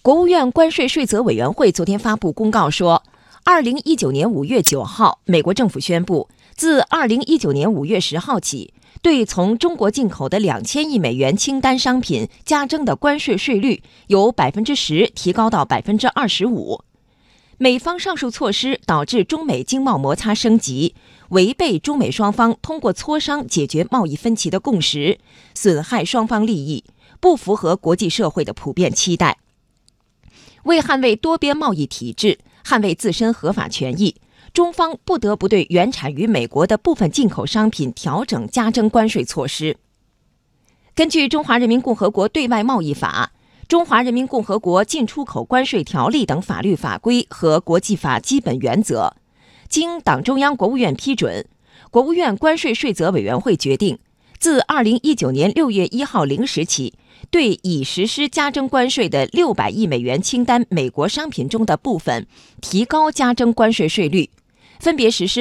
国务院关税税则委员会昨天发布公告说，2019年5月9号，美国政府宣布，自2019年5月10号起，对从中国进口的2000亿美元清单商品加征的关税税率由10%提高到25%。美方上述措施导致中美经贸摩擦升级，违背中美双方通过磋商解决贸易分歧的共识，损害双方利益，不符合国际社会的普遍期待。为捍卫多边贸易体制，捍卫自身合法权益，中方不得不对原产于美国的部分进口商品调整加征关税措施。根据《中华人民共和国对外贸易法》、《中华人民共和国进出口关税条例》等法律法规和国际法基本原则，经党中央、国务院批准，国务院关税税则委员会决定，自2019年6月1号0时起，对已实施加征关税的600亿美元清单美国商品中的部分提高加征关税税率，分别实施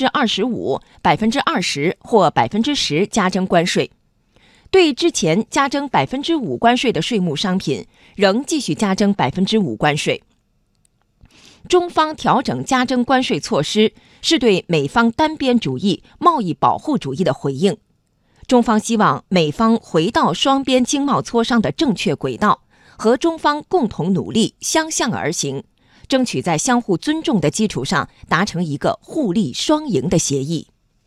25%、20%或10%加征关税。对之前加征5%关税的税目商品，仍继续加征5%关税。中方调整加征关税措施，是对美方单边主义、贸易保护主义的回应。中方希望美方回到双边经贸磋商的正确轨道，和中方共同努力，相向而行，争取在相互尊重的基础上达成一个互利双赢的协议。